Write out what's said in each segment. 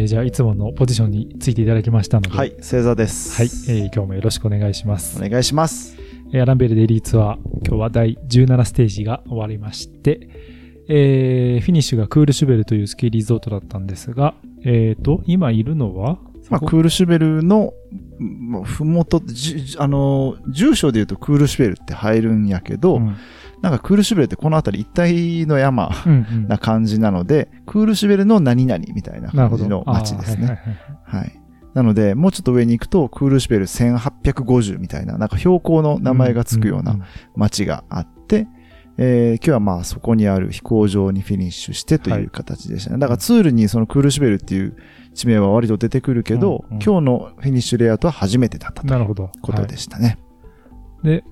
じゃあいつものポジションについていただきましたので。 はい、星座です。 はい、今日もよろしくお願いします。 お願いします。 アランベルデイリーツアー、今日は第17ステージが終わりまして、フィニッシュがクールシュベルというスキーリゾートだったんですが、今いるのは、 クールシュベルの、ふもと、住所で言うとクールシュベルって入るんやけど、なんかクールシュベルってこの辺り一帯の山な感じなので、クールシュベルの何々みたいな感じの街ですね。はい。なので、もうちょっと上に行くと、クールシュベル1850みたいな、なんか標高の名前がつくような街があって、今日はそこにある飛行場にフィニッシュしてという形でしたね。だからツールにそのクールシュベルっていう地名は割と出てくるけど、今日のフィニッシュレイアウトは初めてだったということでしたね。 で、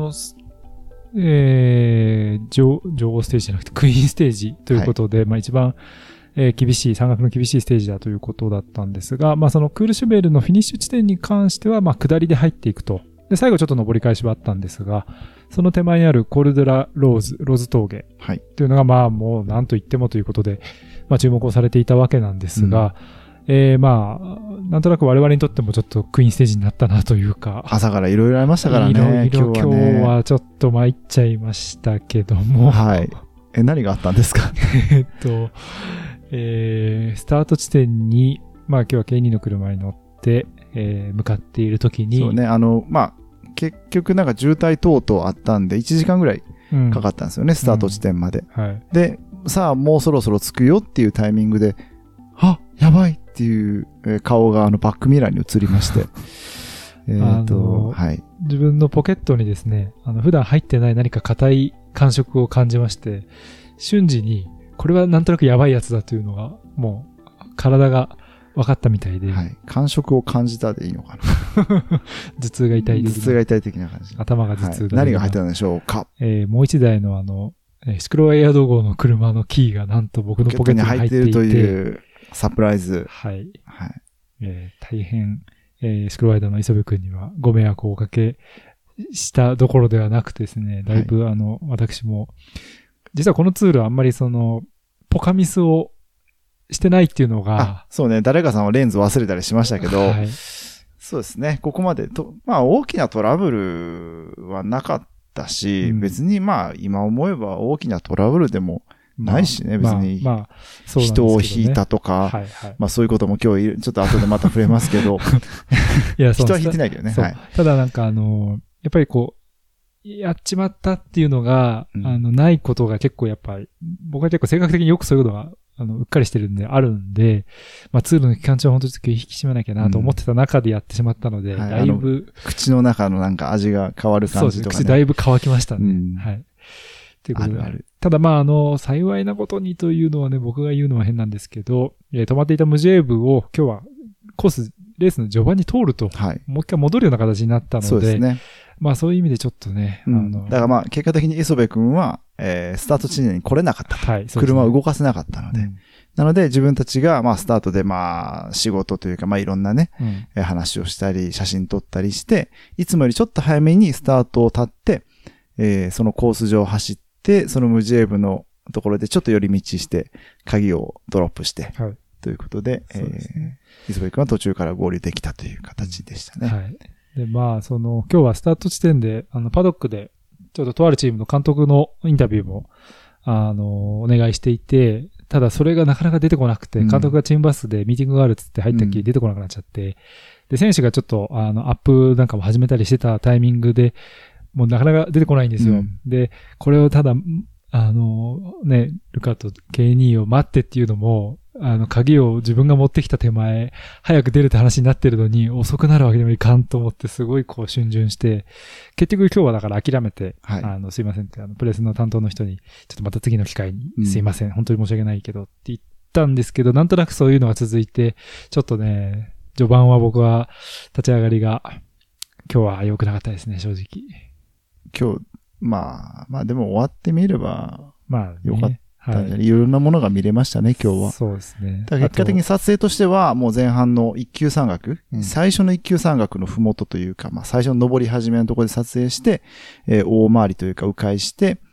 女王ステージじゃなくてクイーンステージということで、一番、厳しい、山岳の厳しいステージだということだったんですが、そのクールシュベルのフィニッシュ地点に関しては、下りで入っていくと。で、最後ちょっと登り返しはあったんですが、その手前にあるコルドラローズ峠というのが、もう何と言ってもということで、注目をされていたわけなんですが、なんとなく我々にとってもちょっとクイーンステージになったなというか。 朝からいろいろありましたからね。 今日はちょっと参っちゃいましたけども。 はい。何があったんですかスタート地点に、今日は K2 の車に乗って、向かっているときに。 そうね、結局なんか渋滞等々あったんで、1時間ぐらいかかったんですよね、スタート地点まで。で、さあもうそろそろ着くよっていうタイミングで、やばいっていう顔がバックミラーに映りまして。 自分のポケットにですね、普段入ってない何か硬い感触を感じまして、瞬時に、これはなんとなくやばいやつだというのが、もう、体が分かったみたいで。 はい。感触を感じたでいいのかな。 頭痛が痛い的な。 頭痛が痛い的な感じ。 頭が頭痛だ、 何が入ってたんでしょうか。 もう一台のシクロエアド号の車のキーがなんと僕のポケットに入っていて。 ポケットに入っているというサプライズ。 はい。はい。大変、シクロワイダーの磯部君にはご迷惑をおかけしたどころではなくてですね、だいぶ私も、実はこのツールはあんまりポカミスをしてないっていうのが。 そうね、誰かさんはレンズ忘れたりしましたけど、そうですね、ここまで大きなトラブルはなかったし、別に今思えば大きなトラブルでもないしね、別に。人を引いたとか、そういうことも今日ちょっと後でまた触れますけど、人は引いてないけどね。 ただなんかやっぱりやっちまったっていうのが、ないことが結構やっぱり、僕は結構性格的によくそういうことが、うっかりしてるんで、あるんで、ツールの期間中は本当に引き締めなきゃなと思ってた中でやってしまったので、だいぶ。 口の中のなんか味が変わる感じとかね。 口だいぶ乾きましたね。はい。ということで。ただ幸いなことにというのはね、僕が言うのは変なんですけど、止まっていたムジェーブを今日はレースの序盤に通ると、もう一回戻るような形になったので、 そうですね。 そういう意味でちょっとね。 だから結果的に磯部君は、スタート地点に来れなかったと。車を動かせなかったので。なので自分たちがスタートで仕事というかいろんなね、話をしたり、写真撮ったりして、いつもよりちょっと早めにスタートを立って、そのコース上を走って、そのムジェーブのところでちょっと寄り道して、鍵をドロップして、ということで、磯部君は途中から合流できたという形でしたね。はい。 で、今日はスタート地点で、パドックで、ちょっととあるチームの監督のインタビューも、お願いしていて、ただそれがなかなか出てこなくて、監督がチームバスでミーティングがあるっつって入ったっきり出てこなくなっちゃって、で、選手がちょっと、アップなんかも始めたりしてたタイミングで、もうなかなか出てこないんですよ。で、これをただ、ルカと K2 を待ってっていうのも、鍵を自分が持ってきた手前、早く出るって話になってるのに、遅くなるわけにもいかんと思って、すごい逡巡して、結局今日はだから諦めて、すいませんって、プレスの担当の人に、ちょっとまた次の機会に、すいません、本当に申し訳ないけどって言ったんですけど、なんとなくそういうのが続いて、ちょっとね、序盤は僕は立ち上がりが、今日は良くなかったですね、正直。 今日、でも終わってみれば、良かった。いろんなものが見れましたね、今日は。 そうですね。 結果的に撮影としては、もう前半の一級山岳、最初の一級山岳のふもとというか、最初の登り始めのところで撮影して、大回りというか迂回して、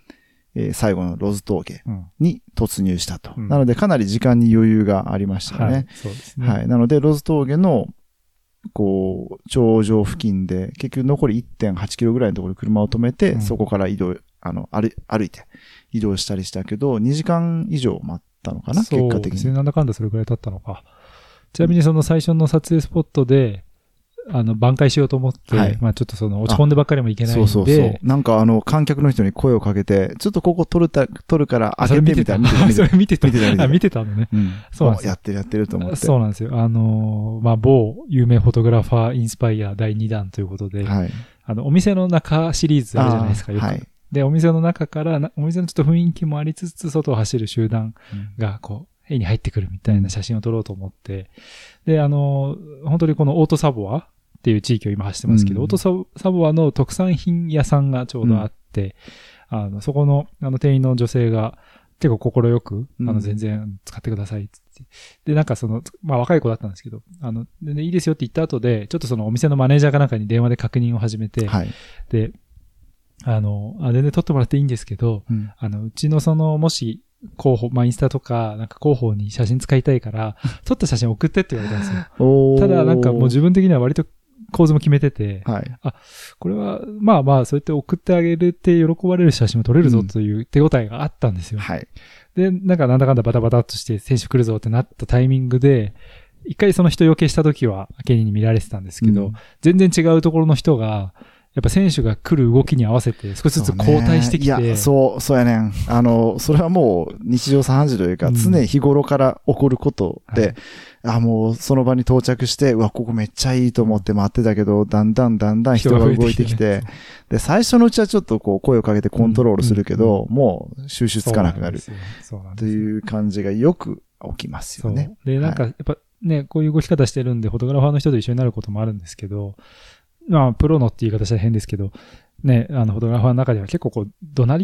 最後のロズ峠に突入したと。なのでかなり時間に余裕がありましたよね。 そうですね。 はい。なのでロズ峠のこう、頂上付近で、結局残り 1.8 キロぐらいのところに車を止めて、そこから歩いて移動したりしたけど、2時間以上待ったのかな、結果的に。 そうですね。なんだかんだそれぐらい経ったのか。ちなみにその最初の撮影スポットで、挽回しようと思って、はい、まあちょっとその落ち込んでばっかりもいけないんで。 そう。なんか観客の人に声をかけて、ちょっとここ撮るから開けてみたいな。 それ見てたのね。 そうなんです。やってると思って。 そうなんですよ。まあ某有名フォトグラファーインスパイア第2弾ということで、はい、お店の中シリーズあるじゃないですか、よく。はい、で、お店の中から、お店のちょっと雰囲気もありつつ、外を走る集団がこう、絵に入ってくるみたいな写真を撮ろうと思って、で、本当にこのオートサボアっていう地域を今走ってますけど、オートサボアの特産品屋さんがちょうどあって、そこの、店員の女性が結構心よく、全然使ってくださいってって。で、なんかまあ若い子だったんですけど、全然いいですよって言った後で、ちょっとそのお店のマネージャーかなんかに電話で確認を始めて、はい、で、全然撮ってもらっていいんですけど、うちのもし、広報、まあ、インスタとか、なんか広報に写真使いたいから、撮った写真送ってって言われたんですよ。ただ、なんかもう自分的には割と構図も決めてて、はい、これは、まあまあ、そうやって送ってあげるって喜ばれる写真も撮れるぞという手応えがあったんですよ。はい。で、なんだかんだバタバタっとして選手来るぞってなったタイミングで、一回その人よけした時は、ケニーに見られてたんですけど、全然違うところの人が、やっぱ選手が来る動きに合わせて少しずつ交代してきて。 いや、そうやねん。それはもう日常茶飯事というか、常日頃から起こることで、はい、もうその場に到着して、ここめっちゃいいと思って待ってたけど、だんだん人が動いてきて、で、最初のうちはちょっとこう声をかけてコントロールするけど、もう収集つかなくなる。という感じがよく起きますよね。 で、なんかやっぱね、こういう動き方してるんで、フォトグラファーの人と一緒になることもあるんですけど、まあ、プロのっていう言い方したら変ですけど、ね、フォトグラファーの中では結構こう、怒鳴りって、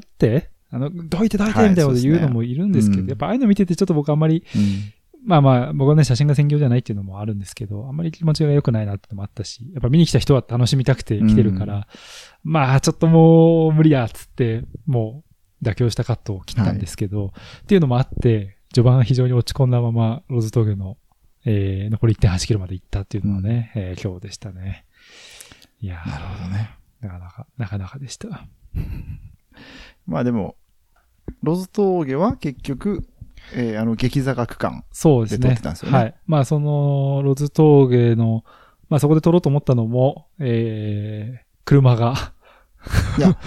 どいてみたいなこと言うのもいるんですけど、やっぱああいうの見ててちょっと僕あんまり、まあ、僕はね、写真が専業じゃないっていうのもあるんですけど、あんまり気持ちが良くないなってのもあったし、やっぱ見に来た人は楽しみたくて来てるから、まあ、ちょっともう無理や、つって、もう妥協したカットを切ったんですけど、っていうのもあって、序盤は非常に落ち込んだまま、ローズ峠の、残り 1.8 キロまで行ったっていうのはね、今日でしたね。いやー、 なるほどね。 なかなかでした。 まあでも、ロズ峠は結局、激坂区間で撮ってたんですよね。 はい。まあその、ロズ峠の、まあそこで撮ろうと思ったのも、車が。 いや、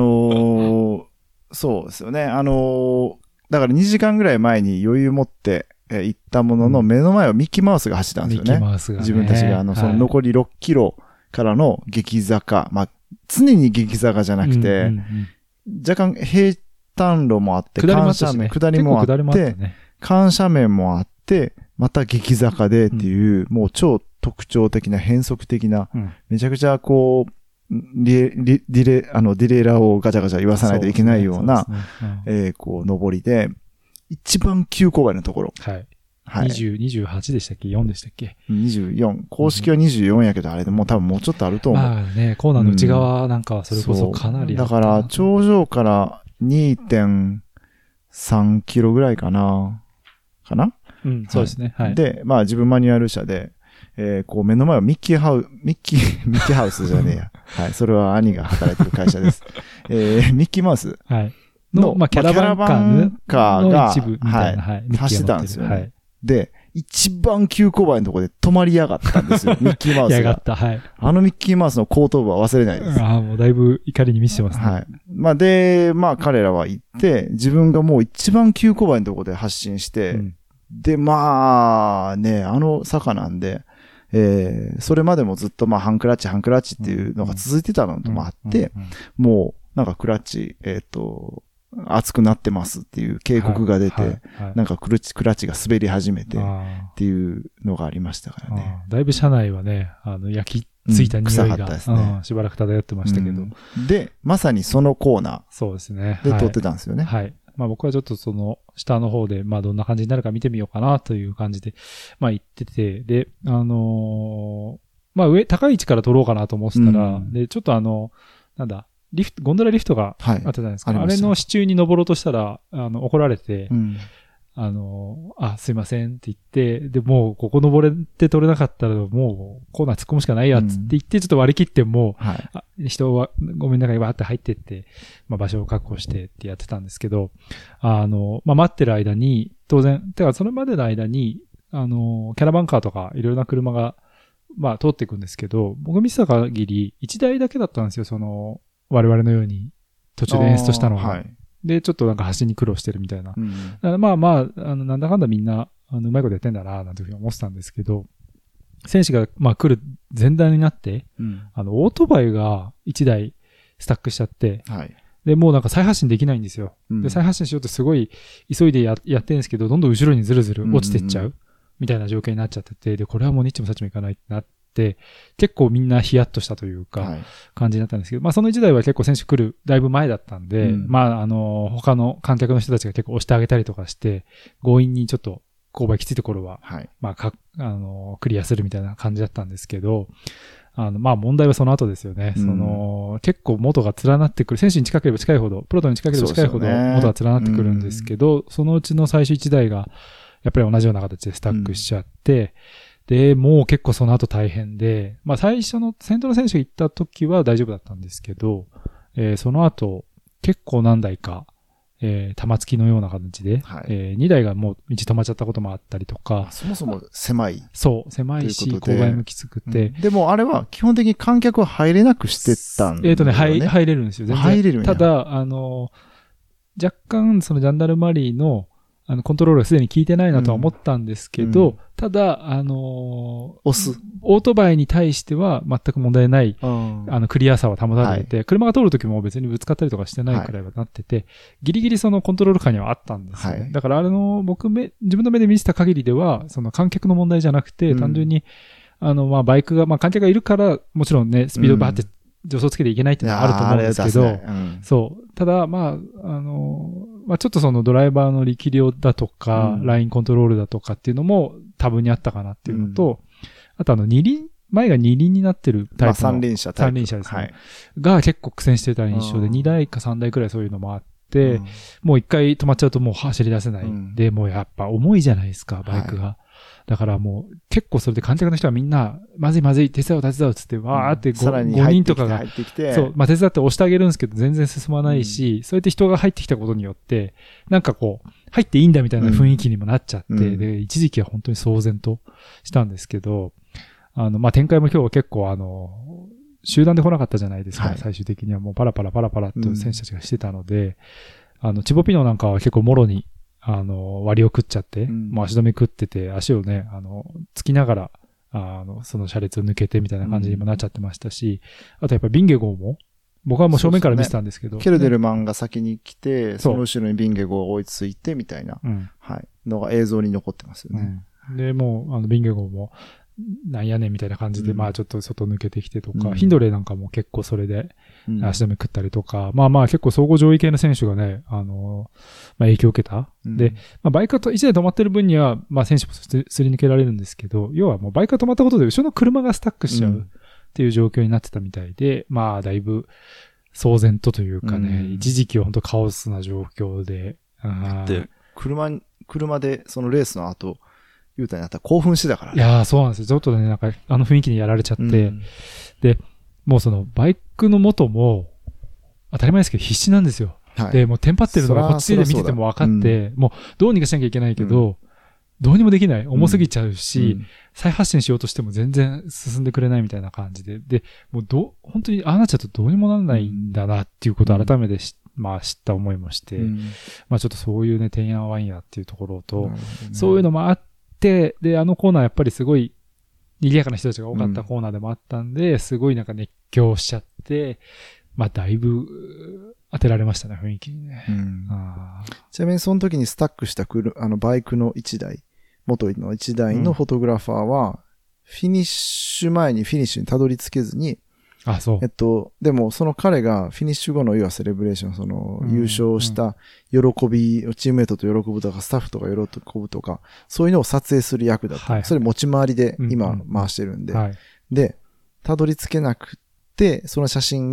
そうですよね。だから2時間ぐらい前に余裕持って、行ったものの、目の前はミッキーマウスが走ったんですよね。 ミッキーマウスが、ね。 自分たちが、その残り6キロからの激坂。まあ、常に激坂じゃなくて、若干平坦路もあって、 下りもあって、 緩斜面もあって、また激坂でっていう、もう超特徴的な変則的な、めちゃくちゃこう、ディレイラーをガチャガチャ言わさないといけないような、こう、上りで、一番急勾配のところ。 はい。はい。28でしたっけ ?4 でしたっけ ?24。公式は24やけど、あれでもう多分もうちょっとあると思う。 まあね、コーナーの内側なんかはそれこそかなり、 だから、頂上から 2.3 キロぐらいかなそうですね。はい。 で、まあ自分マニュアル車で、こう目の前はミッキーハウスじゃねえや。はい。それは兄が働いてる会社です。ミッキーマウス。 はい。の、まあ、キャラバンカーが、 一部みたいな、はい、走ってたんですよね。はい、で、一番急勾配のところで止まりやがったんですよ。ミッキーマウスが。 やがった、はい。 ミッキーマウスの後頭部は忘れないです。 もうだいぶ怒りに見せてますね。 はい。まあ、で、まあ、彼らは行って、自分がもう一番急勾配のところで発進して、で、まあ、ね、坂なんで、それまでもずっとまあ、ハンクラッチっていうのが続いてたのもあって、もう、なんかクラッチ、熱くなってますっていう警告が出て、なんかクラッチが滑り始めてっていうのがありましたからね。 だいぶ車内はね、焼きついた匂いが、ですね、しばらく漂ってましたけど、 で、まさにそのコーナー。 そうですね。 で撮ってたんですよね。 はい。まあ僕はちょっとその下の方で、まあどんな感じになるか見てみようかなという感じで、まあ行ってて、で、まあ高い位置から撮ろうかなと思ってたら、で、ちょっとなんだ、 ゴンドラリフトがあったじゃないですか。あれの支柱に登ろうとしたら、怒られて、すいませんって言って、で、もうここ登れて取れなかったらもうコーナー突っ込むしかないやつって言って、ちょっと割り切っても、人はごめんなさい、わーって入ってって、場所を確保してってやってたんですけど、待ってる間に、当然、てかそれまでの間に、キャラバンカーとかいろいろな車が、通っていくんですけど、僕見てた限り、1台だけだったんですよ、我々のように、途中で演出したのが。で、ちょっとなんか橋に苦労してるみたいな。だからなんだかんだみんな、うまいことやってんだな、なんていうふうに思ってたんですけど、選手が、来る前段になって、オートバイが1台スタックしちゃって、で、もうなんか再発進できないんですよ。で、再発進しようとすごい急いでやってるんですけど、どんどん後ろにずるずる落ちてっちゃう、みたいな状況になっちゃってて、で、これはもうニッチもサッチもいかないってなって、結構みんなヒヤッとしたというか、感じになったんですけど、その1台は結構選手来るだいぶ前だったんで、他の観客の人たちが結構押してあげたりとかして、強引にちょっと勾配きついところは、クリアするみたいな感じだったんですけど、問題はその後ですよね。結構元が連なってくる、選手に近ければ近いほど、プロトに近ければ近いほど元が連なってくるんですけど、そのうちの最初1台が、やっぱり同じような形でスタックしちゃって、で、もう結構その後大変で、最初の先頭の選手が行った時は大丈夫だったんですけど、その後、結構何台か、玉突きのような形で、2台がもう道止まっちゃったこともあったりとか。 そもそも狭い。 そう、狭いし、勾配もきつくて。 でもあれは基本的に観客は入れなくしてたんですよね。 入れるんですよ。全然入れるんや。 ただ、若干そのジャンダルマリーのコントロールがすでに効いてないなとは思ったんですけど、ただ、オートバイに対しては全く問題ない、クリアさは保たれて、車が通るときも別にぶつかったりとかしてないくらいはなってて、ギリギリそのコントロール下にはあったんですよね。だから自分の目で見せた限りでは、その観客の問題じゃなくて、単純に、バイクが、観客がいるから、もちろんね、スピードバーって助走つけていけないっていうのはあると思うんですけど、そう。ただ、ちょっとそのドライバーの力量だとか、ラインコントロールだとかっていうのも多分にあったかなっていうのと、あと前が二輪になってるタイプの。 三輪車ですね。が結構苦戦してた印象で、2台か3台くらいそういうのもあって、もう一回止まっちゃうともう走り出せないんで、もうやっぱ重いじゃないですか、バイクが。だからもう結構それで観客の人はみんな、まずい、手伝うっつって、わーって5人とかが、そう、手伝って押してあげるんですけど全然進まないし、そうやって人が入ってきたことによって、なんかこう、入っていいんだみたいな雰囲気にもなっちゃって、で、一時期は本当に騒然としたんですけど、展開も今日は結構集団で来なかったじゃないですか、最終的にはもうパラパラと選手たちがしてたので、チボピノなんかは結構もろに、割りを食っちゃって、もう足止め食ってて、足をね、つきながら、その車列を抜けてみたいな感じにもなっちゃってましたし、あとやっぱりビンゲゴーも、僕はもう正面から見てたんですけど。 ケルデルマンが先に来て、その後ろにビンゲゴーが追いついてみたいな、のが映像に残ってますよね。 で、もう、ビンゲゴーも、なんやねんみたいな感じで、ちょっと外抜けてきてとか、ヒンドレーなんかも結構それで、足止め食ったりとか、結構総合上位系の選手がね、影響を受けた。で、バイクが一台止まってる分には、選手もすり抜けられるんですけど、要はもうバイクが止まったことで後ろの車がスタックしちゃうっていう状況になってたみたいで、だいぶ騒然というかね、一時期は本当カオスな状況で。 で、車でそのレースの後、ユータになったら興奮してたからね。いやー、そうなんですよ。ちょっとね、なんか、雰囲気にやられちゃって、で、もうその、バイクの元も、当たり前ですけど、必死なんですよ。で、もうテンパってるのがこっちで見てても分かって、もう、どうにかしなきゃいけないけど、どうにもできない。重すぎちゃうし、再発進しようとしても全然進んでくれないみたいな感じで。で、もう本当にああなっちゃうとどうにもならないんだなっていうことを改めて知った思いもして、ちょっとそういうね、てんやわんやっていうところと、そういうのもあって、で、コーナーやっぱりすごい賑やかな人たちが多かったコーナーでもあったんで、すごいなんか熱狂しちゃって、だいぶ当てられましたね、雰囲気にね。 ちなみにその時にスタックしたバイクの1台、元の1台のフォトグラファーは、フィニッシュ前にフィニッシュにたどり着けずに、でもその彼がフィニッシュ後の要はセレブレーション、その優勝した喜び、チームメイトと喜ぶとか、スタッフとか喜ぶとか、そういうのを撮影する役だった。それ持ち回りで今回してるんで。で、たどり着けなくて、その写真が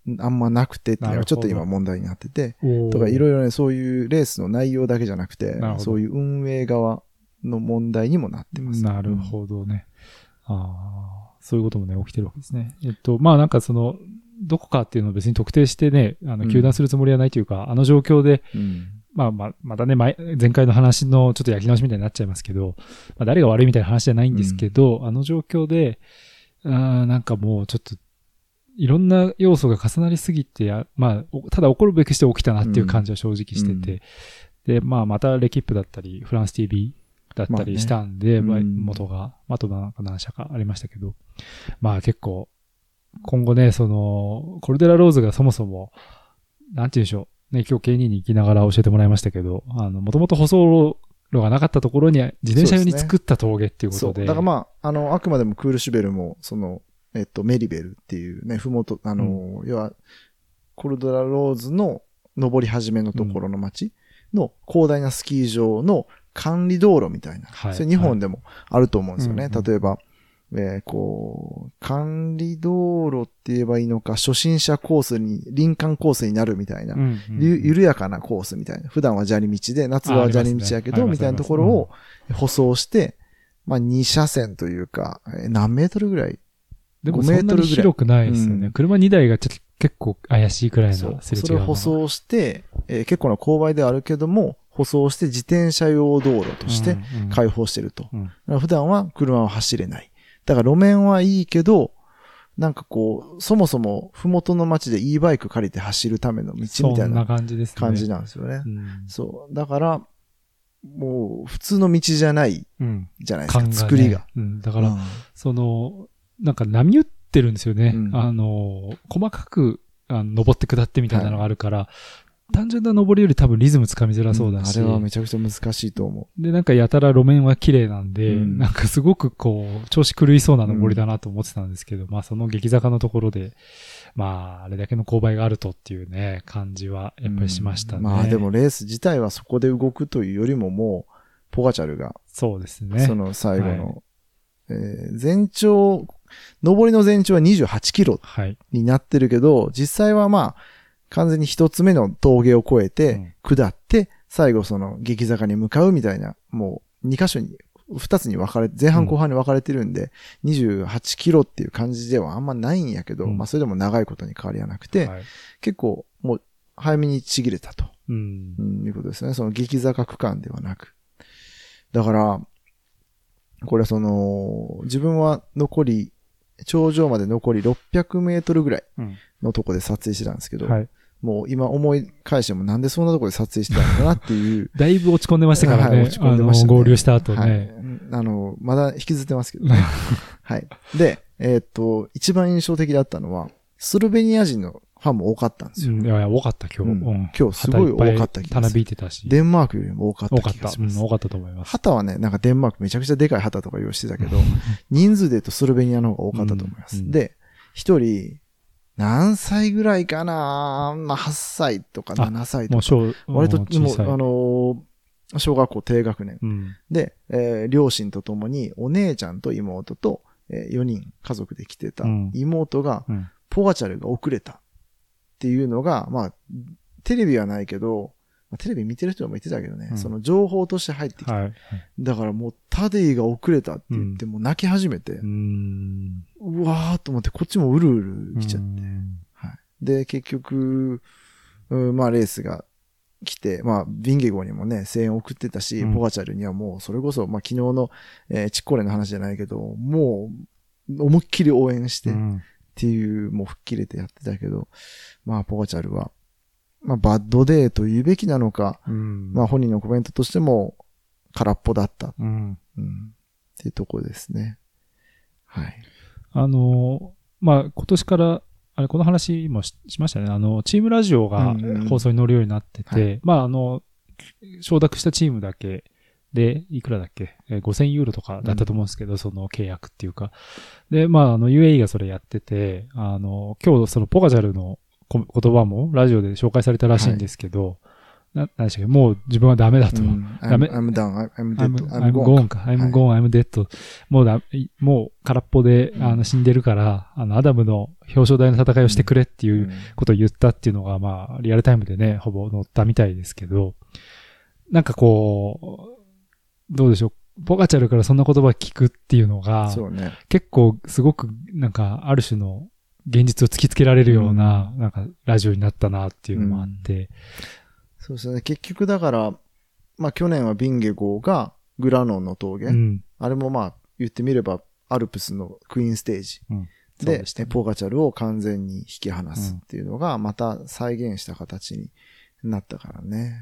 あんまなくてっていうのがちょっと今問題になってて、とかいろいろね、そういうレースの内容だけじゃなくて、そういう運営側の問題にもなってます。 なるほどね。そういうこともね、起きてるわけですね。まあなんかどこかっていうのを別に特定してね、糾弾するつもりはないというか、あの状況で、まあまたね、前回の話のちょっと焼き直しみたいになっちゃいますけど、まあ誰が悪いみたいな話じゃないんですけど、あの状況で、なんかもうちょっと、いろんな要素が重なりすぎて、まあ、ただ起こるべくして起きたなっていう感じは正直してて、で、まあまたレキップだったり、フランス TV だったりしたんで、元が、あとなんか何社かありましたけど、まあ結構、今後ね、コルデラローズがそもそも、なんて言うんでしょう。ね、今日 K2 に行きながら教えてもらいましたけど、もともと舗装路がなかったところに自転車用に作った峠っていうことで。 そう。だからまあ、あくまでもクールシュベルも、メリベルっていうね、ふもと、要は、コルデラローズの登り始めのところの街の広大なスキー場の管理道路みたいな。それ日本でもあると思うんですよね。例えば、管理道路って言えばいいのか、初心者コースに、林間コースになるみたいな、緩やかなコースみたいな。普段は砂利道で、夏は砂利道やけど、みたいなところを舗装して、まあ2車線というか、何メートルぐらいでもそんなに広くないですよね。車2台が結構怪しいくらいのすれ違い。 それを舗装して、結構な勾配ではあるけども、舗装して自転車用道路として開放してると。普段は車は走れない。だから路面はいいけど、なんかこう、そもそもふもとの街で e バイク借りて走るための道みたいな感じなんですよね。そう。だから、もう普通の道じゃないじゃないですか、作りが。 だから、なんか波打ってるんですよね。細かく登って下ってみたいなのがあるから、単純な登りより多分リズムつかみづらそうだし、 あれはめちゃくちゃ難しいと思う。で、なんかやたら路面は綺麗なんで、なんかすごくこう、調子狂いそうな登りだなと思ってたんですけど、まあその激坂のところで、まああれだけの勾配があるとっていうね、感じはやっぱりしましたね。 まあでもレース自体はそこで動くというよりももう、ポガチャルが、 そうですね。 その最後の、全長、上りの全長は28キロになってるけど、実際はまあ、完全に一つ目の峠を越えて、下って、最後その激坂に向かうみたいな、もう2箇所に、2つに分かれ、前半後半に分かれてるんで、28キロっていう感じではあんまないんやけど、まあそれでも長いことに変わりはなくて、結構もう早めにちぎれたと。いうことですね。その激坂区間ではなく。だから、これは自分は頂上まで残り600メートルぐらいのとこで撮影してたんですけど、もう今思い返してもなんでそんなとこで撮影してたのかなっていう。 だいぶ落ち込んでましたからね。落ち込んでましたね。合流した後ね。 まだ引きずってますけどね。はい。で、一番印象的だったのは、スロベニア人のファンも多かったんですよ。 いや、多かった今日。 今日すごい多かった気がする。 たなびいてたし。 デンマークよりも多かった気がします。 多かったと思います。 旗はね、なんかデンマークめちゃくちゃでかい旗とか用意してたけど、人数で言うとスロベニアの方が多かったと思います。で、一人、何歳ぐらいかな、まあ8歳とか7歳とか。割と、もう、小学校低学年。で、両親と共にお姉ちゃんと妹と、4人家族で来てた妹が、ポガチャルが遅れたっていうのが、まあ、テレビはないけど、テレビ見てる人も言ってたけどね、その情報として入ってきた。だからもうタデイが遅れたって言ってもう泣き始めて、うわーと思ってこっちもうるうる来ちゃって。で、結局、まあレースが来て、まあビンゲゴにもね、声援を送ってたし、ポガチャルにはもうそれこそ、まあ昨日の、チッコレの話じゃないけど、もう思いっきり応援して、っていう、もう吹っ切れてやってたけど、まあポガチャルは、まあバッドデーと言うべきなのか、まあ本人のコメントとしても空っぽだった、っていうところですね。はい。 まあ今年から、この話もしましたね。チームラジオが放送に乗るようになってて、まあ承諾したチームだけで、いくらだっけ ?5000 ユーロとかだったと思うんですけど、その契約っていうか。で、まあUAE がそれやってて、今日そのポガチャルの言葉もラジオで紹介されたらしいんですけど、 何でしたっけ、もう自分はダメだと。 ダメ。I'm done, I'm dead, I'm gone か。I'm gone, I'm dead. もう空っぽで、死んでるから、アダムの表彰台の戦いをしてくれっていうことを言ったっていうのが、まあ、リアルタイムでね、ほぼ載ったみたいですけど、なんかこう、どうでしょう。ポガチャルからそんな言葉聞くっていうのが、 そうね、 結構すごくなんかある種の現実を突きつけられるような、なんかラジオになったなっていうのもあって。 そうですね。結局だから、まあ去年はビンゲゴーがグラノンの峠。あれもまあ言ってみればアルプスのクイーンステージ。で、ポガチャルを完全に引き離すっていうのがまた再現した形になったからね。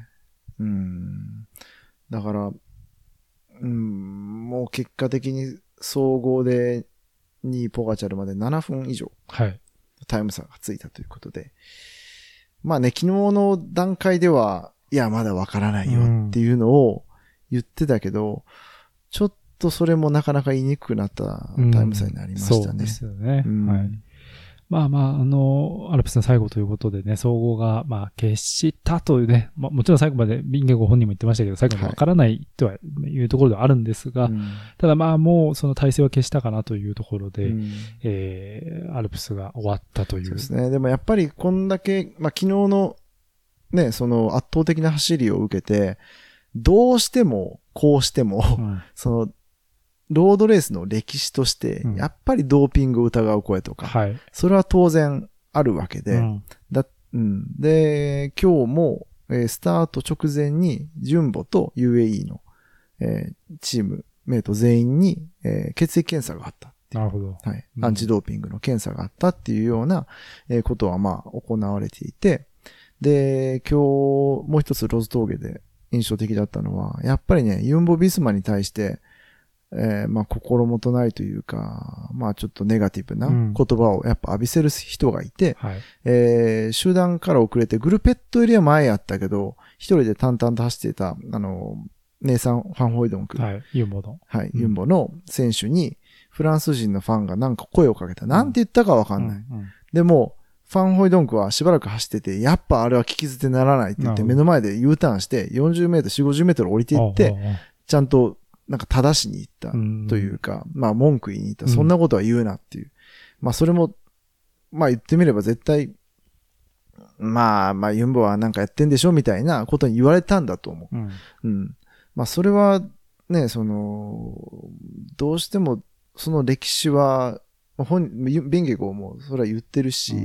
だから、もう結果的に総合で2位ポガチャルまで7分以上、タイム差がついたということで、まあね、昨日の段階では、いや、まだわからないよっていうのを言ってたけど、ちょっとそれもなかなか言いにくくなったタイム差になりましたね。 そうですよね。まあまあ、アルプスの最後ということでね、総合が、まあ、決したというね、まあ、もちろん最後までビンゲゴ本人も言ってましたけど、最後までわからないとはいうところではあるんですが、ただまあ、もうその体制は消したかなというところで、アルプスが終わったという。 そうですね。でもやっぱりこんだけ、まあ、昨日のね、その圧倒的な走りを受けて、どうしても、こうしても、その、ロードレースの歴史として、やっぱりドーピングを疑う声とか、それは当然あるわけで、で、今日も、スタート直前に、ジュンボと UAE の、チームメイト全員に、血液検査があった。 なるほど。 アンチドーピングの検査があったっていうような、ことはまあ行われていて、で、今日もう一つロズ峠で印象的だったのは、やっぱりね、ユンボビスマに対して、まあ心もとないというか、まあちょっとネガティブな言葉をやっぱ浴びせる人がいて、集団から遅れてグルペットよりは前やったけど、一人で淡々と走っていた、ネイサン・ファンホイドン君。 ユンボの。 ユンボの選手に、フランス人のファンがなんか声をかけた。なんて言ったかわかんない。でも、ファンホイドンクはしばらく走ってて、やっぱあれは聞き捨てならないって言って、目の前で U ターンして、40メートル、40、50メートル降りていって、ちゃんと、なんか正しに行ったというか、まあ文句言いに行った。そんなことは言うなっていう。まあそれも、まあ言ってみれば絶対、まあユンボはなんかやってんでしょみたいなことに言われたんだと思う。まあそれはね、どうしてもその歴史は、ビンゲゴーもそれは言ってるし、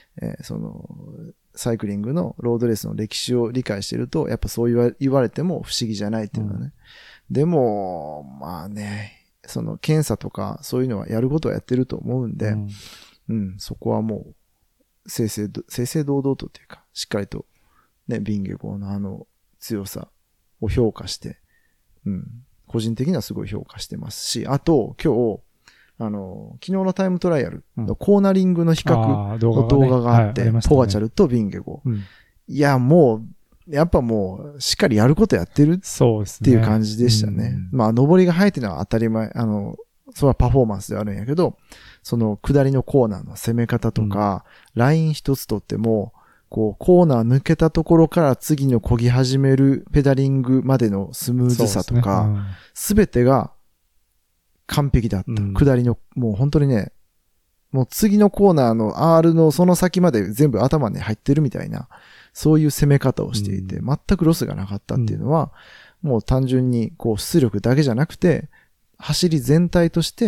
サイクリングのロードレースの歴史を理解してると、やっぱそう言われても不思議じゃないっていうのはね。でも、まあね、その検査とかそういうのはやることはやってると思うんで、そこはもう、正々堂々とっていうか、しっかりと、ね、ビンゲゴーの強さを評価して、個人的にはすごい評価してますし、あと、今日、昨日のタイムトライアルのコーナリングの比較の動画があって、ポガチャルとビンゲゴー。いや、もう、やっぱもう、しっかりやることやってるっていう感じでしたね。まあ、上りが速いっていうのは当たり前、それはパフォーマンスであるんやけど、その下りのコーナーの攻め方とか、ライン一つとっても、こう、コーナー抜けたところから次の漕ぎ始めるペダリングまでのスムーズさとか、すべてが完璧だった。下りの、もう本当にね、もう次のコーナーの R のその先まで全部頭に入ってるみたいな、そういう攻め方をしていて、全くロスがなかったっていうのは、もう単純にこう出力だけじゃなくて、走り全体として、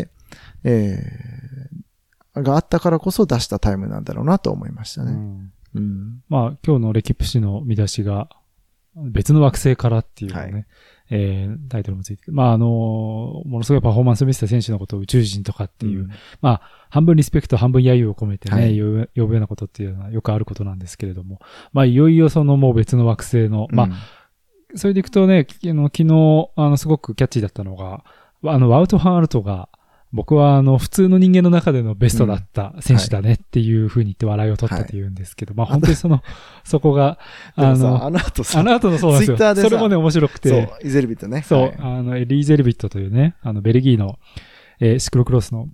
があったからこそ出したタイムなんだろうなと思いましたね。 まあ今日のレキプシの見出しが、別の惑星からっていうね、タイトルもついてて、まあものすごいパフォーマンスを見せた選手のことを宇宙人とかっていう、まあ半分リスペクト半分揶揄を込めてね、呼ぶようなことっていうのはよくあることなんですけれども、まあいよいよそのもう別の惑星の、まあ、それでいくとね、昨日、すごくキャッチーだったのが、ワウト・ファン・アルトが、僕は普通の人間の中でのベストだった選手だねっていう風に言って笑いを取ったというんですけど、まあ本当にそこが、 あの後のそうなんですよ。それもね面白くて。 そう、イゼルビットね。 そう、エリー・ゼルビットというね、ベルギーの、シクロクロスの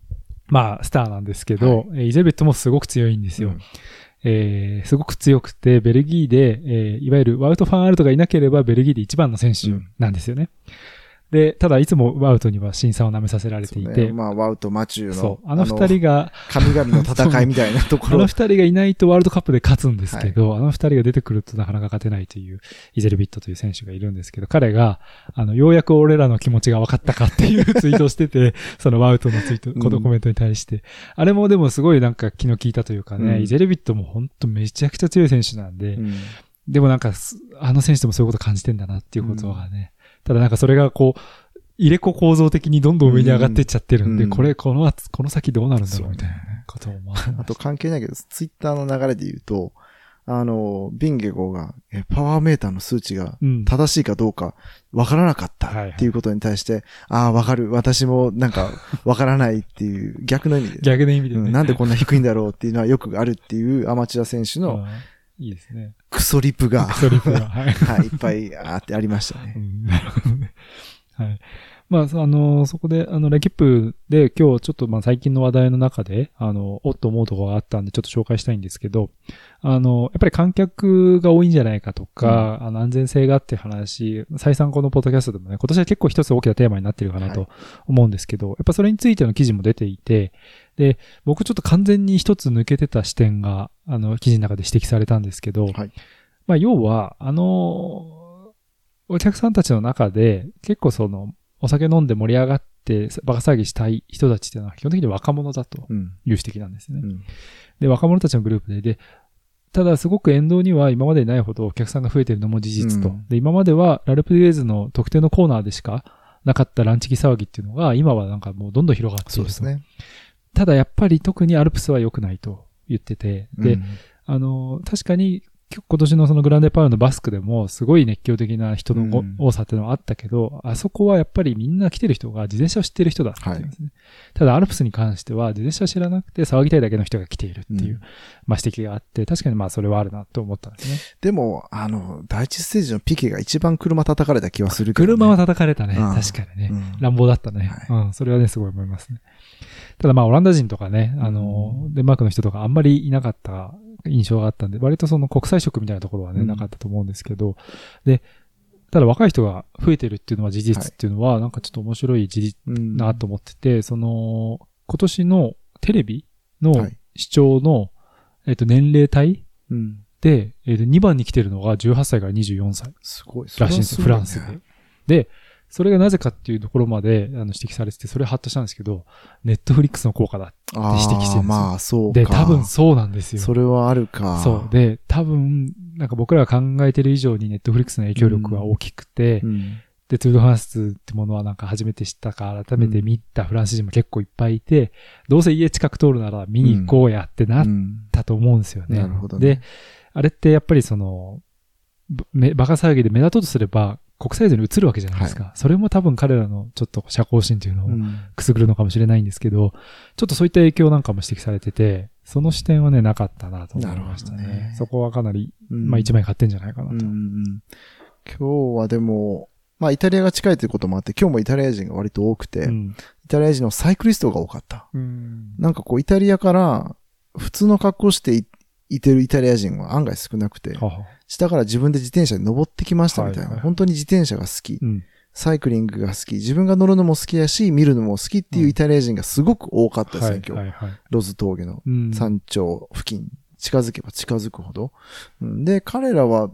まあ、スターなんですけど、イゼルビットもすごく強いんですよ。すごく強くて、ベルギーで、いわゆるワウト・ファン・アルトがいなければベルギーで一番の選手なんですよね。で、ただいつもワウトには審査を舐めさせられていて。 まあ、ワウト、マチューの。 そう。あの二人が。 神々の戦いみたいなところ。 あの二人がいないとワールドカップで勝つんですけど、あの二人が出てくるとなかなか勝てないという、イゼルビットという選手がいるんですけど、彼が、ようやく俺らの気持ちが分かったかっていうツイートをしてて、そのワウトのツイート、コメントに対して。あれもでもすごいなんか気の利いたというかね、イゼルビットも本当めちゃくちゃ強い選手なんで、でもなんか、あの選手でもそういうこと感じてんだなっていうことがね。ただなんかそれがこう、入れ子構造的にどんどん上に上がっていっちゃってるんで、この先どうなるんだろうみたいなことを思う。 あと関係ないけど、ツイッターの流れで言うと、ビンゲゴがパワーメーターの数値が正しいかどうかわからなかったっていうことに対して、わかる。私もなんかわからないっていう逆の意味で。 逆の意味でね。 なんでこんな低いんだろうっていうのはよくあるっていうアマチュア選手の、 いいですね。 クソリプが。 はい。 いっぱいってありましたね。 なるほどね。はい。まあ、そこで、レキップで今日ちょっと最近の話題の中で、おっと思うところがあったんでちょっと紹介したいんですけど、やっぱり観客が多いんじゃないかとか、安全性がっていう話、再三このポッドキャストでもね、今年は結構一つ大きなテーマになってるかなと思うんですけど、やっぱそれについての記事も出ていて、で、僕ちょっと完全に一つ抜けてた視点が、記事の中で指摘されたんですけど、まあ、要は、お客さんたちの中で、結構お酒飲んで盛り上がってバカ騒ぎしたい人たちっていうのは基本的に若者だという指摘なんですね。で、若者たちのグループで、ただすごく沿道には今までにないほどお客さんが増えているのも事実と。で、今まではラルプディエーズの特定のコーナーでしかなかったランチキ騒ぎっていうのが今はなんかもうどんどん広がっていると。そうですね。ただやっぱり特にアルプスは良くないと言ってて、で、確かに今年のそのグランデパウルのバスクでもすごい熱狂的な人の多さっていうのはあったけど、あそこはやっぱりみんな来てる人が自転車を知ってる人だって言うんですね。ただアルプスに関しては自転車を知らなくて騒ぎたいだけの人が来ているっていう、指摘があって、確かにそれはあるなと思ったんですね。 でも、第一ステージのピケが一番車叩かれた気はするけど、ね。 車は叩かれたね。確かにね。乱暴だったね。それはね、すごい思いますね。ただオランダ人とかね、デンマークの人とかあんまりいなかった印象があったんで、割とその国際色みたいなところはね、なかったと思うんですけど、で、ただ若い人が増えてるっていうのは事実っていうのは、なんかちょっと面白い事実なと思ってて、今年のテレビの視聴の、年齢帯で、2番に来てるのが18歳から24歳。 すごい。 らしいんですよ、フランスで。で、それがなぜかっていうところまで指摘されてて、それハッとしたんですけど、ネットフリックスの効果だって指摘してるんですよ。 まあ、そうか。 で、多分そうなんですよ。 それはあるか。 そう。で、多分、なんか僕らが考えてる以上にネットフリックスの影響力は大きくて、で、トゥードフランスってものはなんか初めて知ったか、改めて見たフランス人も結構いっぱいいて、どうせ家近く通るなら見に行こうやってなったと思うんですよね。 なるほどね。 で、あれってやっぱりバカ騒ぎで目立とうとすれば、国際映像に映るわけじゃないですか。それも多分彼らのちょっと社交心というのをくすぐるのかもしれないんですけど、ちょっとそういった影響なんかも指摘されてて、その視点はね、なかったなと思いましたね。そこはかなり、一枚買ってんじゃないかなと。 今日はでも、イタリアが近いということもあって、今日もイタリア人が割と多くて、イタリア人のサイクリストが多かった。なんかイタリアから普通の格好していてるイタリア人は案外少なくて、下から自分で自転車に登ってきましたみたいな、本当に自転車が好き、サイクリングが好き、自分が乗るのも好きだし、見るのも好きっていうイタリア人がすごく多かったですね、今日。ロズ峠の山頂付近、近づけば近づくほど。で、彼らは、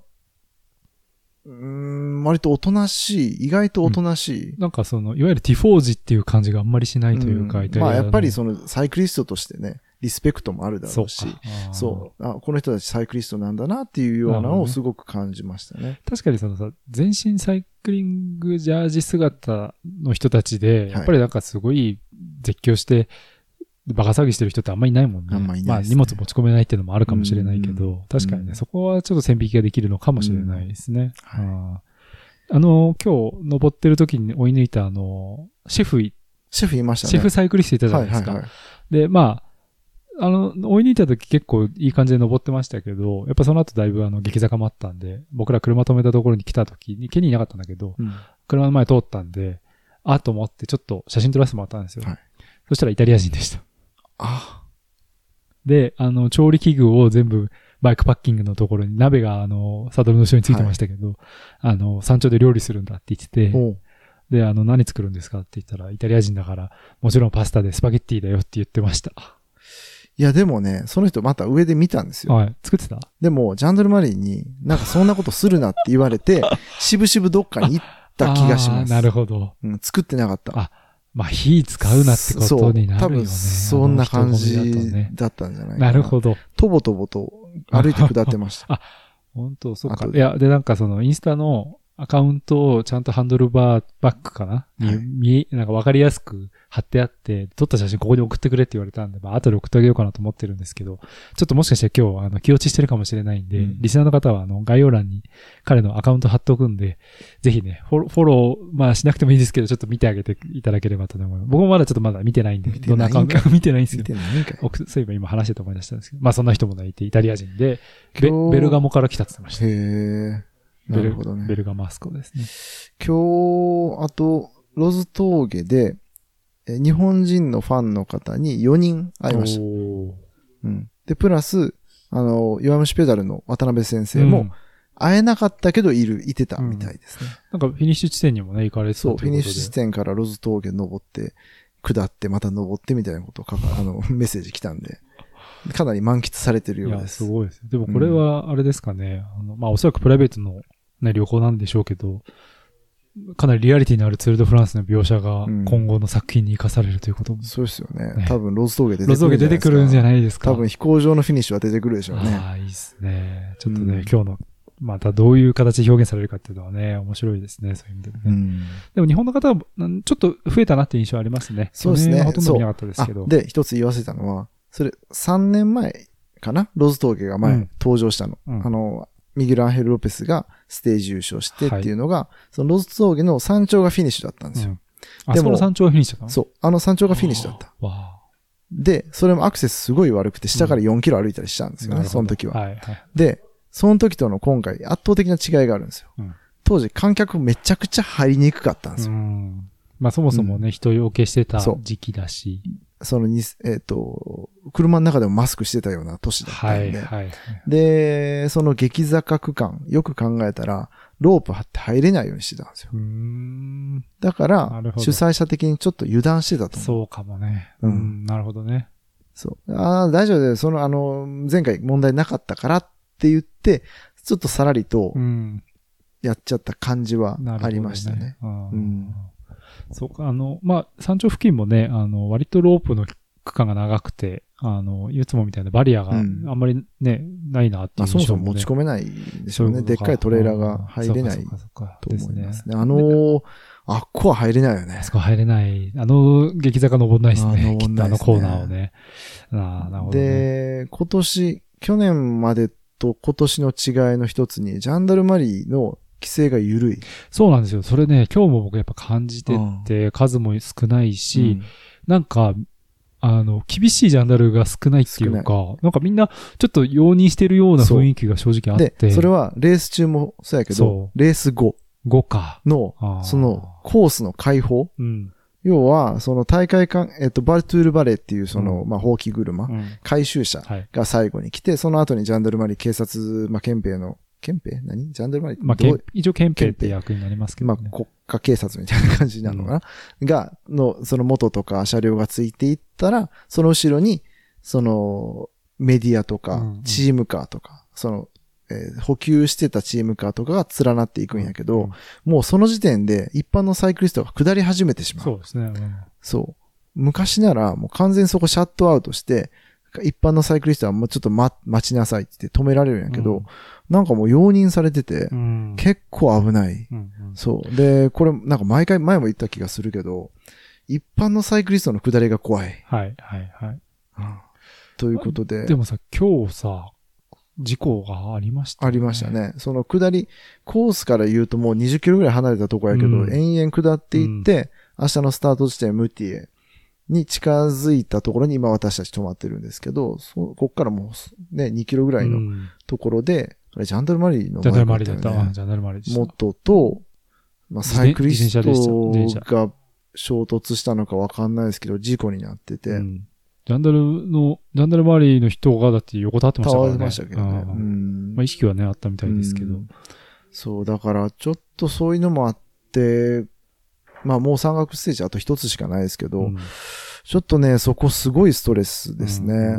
割とおとなしい、意外とおとなしい。 なんかいわゆるティフォージっていう感じがあんまりしないというか、イタリアやっぱりサイクリストとしてね、リスペクトもあるだろうし、この人たちサイクリストなんだなっていうようなのをすごく感じましたね。 確かに全身サイクリングジャージ姿の人たちで、やっぱりなんかすごい絶叫して、バカ騒ぎしてる人ってあんまりいないもんね。荷物持ち込めないっていうのもあるかもしれないけど、確かにね、そこはちょっと線引きができるのかもしれないですね。今日登ってる時に追い抜いたシェフいましたね。 シェフサイクリストいたじゃないですか。で、追い抜いた時結構いい感じで登ってましたけど、やっぱその後だいぶ激坂もあったんで、僕ら車止めたところに来た時に、ケニーいなかったんだけど、車の前通ったんで、と思ってちょっと写真撮らせてもらったんですよ。そしたらイタリア人でした。 で、調理器具を全部、バイクパッキングのところに鍋がサドルの後ろについてましたけど、山頂で料理するんだって言ってて、で、何作るんですかって言ったら、イタリア人だから、もちろんパスタでスパゲッティだよって言ってました。 いや、でもね、その人また上で見たんですよ。 はい。作ってた？ でも、ジャンドルマリーに、なんかそんなことするなって言われて、しぶしぶどっかに行った気がします。 なるほど。 作ってなかった。 まあ、火使うなってことになるよね。 多分、そんな感じだったんじゃないかな。 なるほど。 とぼとぼと歩いて下ってました。 本当そうか。いや、で、なんかインスタのアカウントをちゃんとハンドルバーバックかなに、なんかわかりやすく貼ってあって、撮った写真ここに送ってくれって言われたんで、後で送ってあげようかなと思ってるんですけど、ちょっともしかして今日、気落ちしてるかもしれないんで、リスナーの方は、概要欄に彼のアカウント貼っておくんで、ぜひね、フォロー、まあしなくてもいいですけど、ちょっと見てあげていただければと思います。僕もまだちょっとまだ見てないんで、どんなアカウント見てないんですよ。そういえば今話してて思い出したんですけど、まあそんな人もいて、イタリア人で、ベルガモから来たって言ってました。 へー。なるほどね。 ベルガマスコですね。 今日、あと、ロズ峠で、日本人のファンの方に4人会いました。で、プラス、弱虫ペダルの渡辺先生も、会えなかったけどいてたみたいですね。 なんかフィニッシュ地点にもね、行かれてたということで。 そう、フィニッシュ地点からロズ峠登って、下って、また登ってみたいなことをメッセージ来たんで。かなり満喫されてるようです。 いや、すごいです。でもこれは、あれですかね。まあ、おそらくプライベートのね、旅行なんでしょうけど、かなりリアリティのあるツールドフランスの描写が今後の作品に生かされるということも。 そうですよね。多分ロズ峠ロズ峠出てくるんじゃないですか。 多分飛行場のフィニッシュは出てくるでしょうね。 いいですね。ちょっとね、今日の、またどういう形で表現されるかっていうのはね、面白いですね。そういう意味でね。でも日本の方は、ちょっと増えたなっていう印象ありますね。 そうですね。 ほとんど見なかったですけど。 で、一つ言わせたのは、それ3年前かな、ロズ峠が登場したの。ミゲル・アンヘル・ロペスがステージ優勝してっていうのが、そのロズ峠の山頂がフィニッシュだったんですよ。 でも、山頂がフィニッシュだったの？ そう。山頂がフィニッシュだった。で、それもアクセスすごい悪くて、下から4キロ歩いたりしたんですよね、その時は。で、その時との今回、圧倒的な違いがあるんですよ。当時、観客めちゃくちゃ入りにくかったんですよ。 まあ、そもそもね、人よけしてた時期だし。 車の中でもマスクしてたような都市だったんで。で、その激坂区間、よく考えたら、ロープ張って入れないようにしてたんですよ。だから、主催者的にちょっと油断してたと思う。 そうかもね。なるほどね。 そう。大丈夫で、前回問題なかったからって言って、ちょっとさらりと、やっちゃった感じはありましたね。 そうか、まあ、山頂付近もね、割とロープの区間が長くて、いつもみたいなバリアがあんまりね、ないなっていう印象もね。 そもそも持ち込めないでしょうね。でっかいトレーラーが入れないと思いますね。あっこは入れないよね。 あそこ入れない。激坂登んないですね。きっとコーナーをね。なるほどね。 で、去年までと今年の違いの一つに、ジャンダルマリーの規制が緩い。 そうなんですよ。それね、今日も僕やっぱ感じてて、数も少ないし、なんか、厳しいジャンダルが少ないっていうか、なんかみんなちょっと容認してるような雰囲気が正直あって。 で、それはレース中もそうやけど、レース後の、そのコースの開放。要は、その大会バルトゥールバレーっていうまあ、放棄車、回収車が最後に来て、その後にジャンダルマリー警察、まあ、憲兵ジャンダルマリー、 まあ、一応憲兵って役になりますけどね。 まあ、国家警察みたいな感じなのかな、その元とか車両がついていったら、その後ろに、メディアとか、チームカーとか、補給してたチームカーとかが連なっていくんやけど、もうその時点で一般のサイクリストが下り始めてしまう。 そうですね。 そう。昔ならもう完全にそこシャットアウトして、一般のサイクリストはもうちょっと待ちなさいって言って止められるんやけど、なんかもう容認されてて、結構危ない。そう。で、これなんか前も言った気がするけど、一般のサイクリストの下りが怖い。ということで。 でもさ、今日さ、事故がありましたね。 ありましたね。その下り、コースから言うともう20キロぐらい離れたとこやけど、延々下っていって、明日のスタート地点ムティエに近づいたところに今私たち止まってるんですけど、こっからもうね、2キロぐらいのところで、ジャンダルマリーのジャンダルマリーだった。ジャンダルマリーでした。 元と、まあ、サイクリストが衝突したのかわかんないですけど、事故になってて、 ジャンダル周りの人がだって横たわってましたからね。 倒れましたけどね。 まあ、意識はね、あったみたいですけど。 そう、だからちょっとそういうのもあって、まあもう山岳ステージあと一つしかないですけど、ちょっとね、そこすごいストレスですね。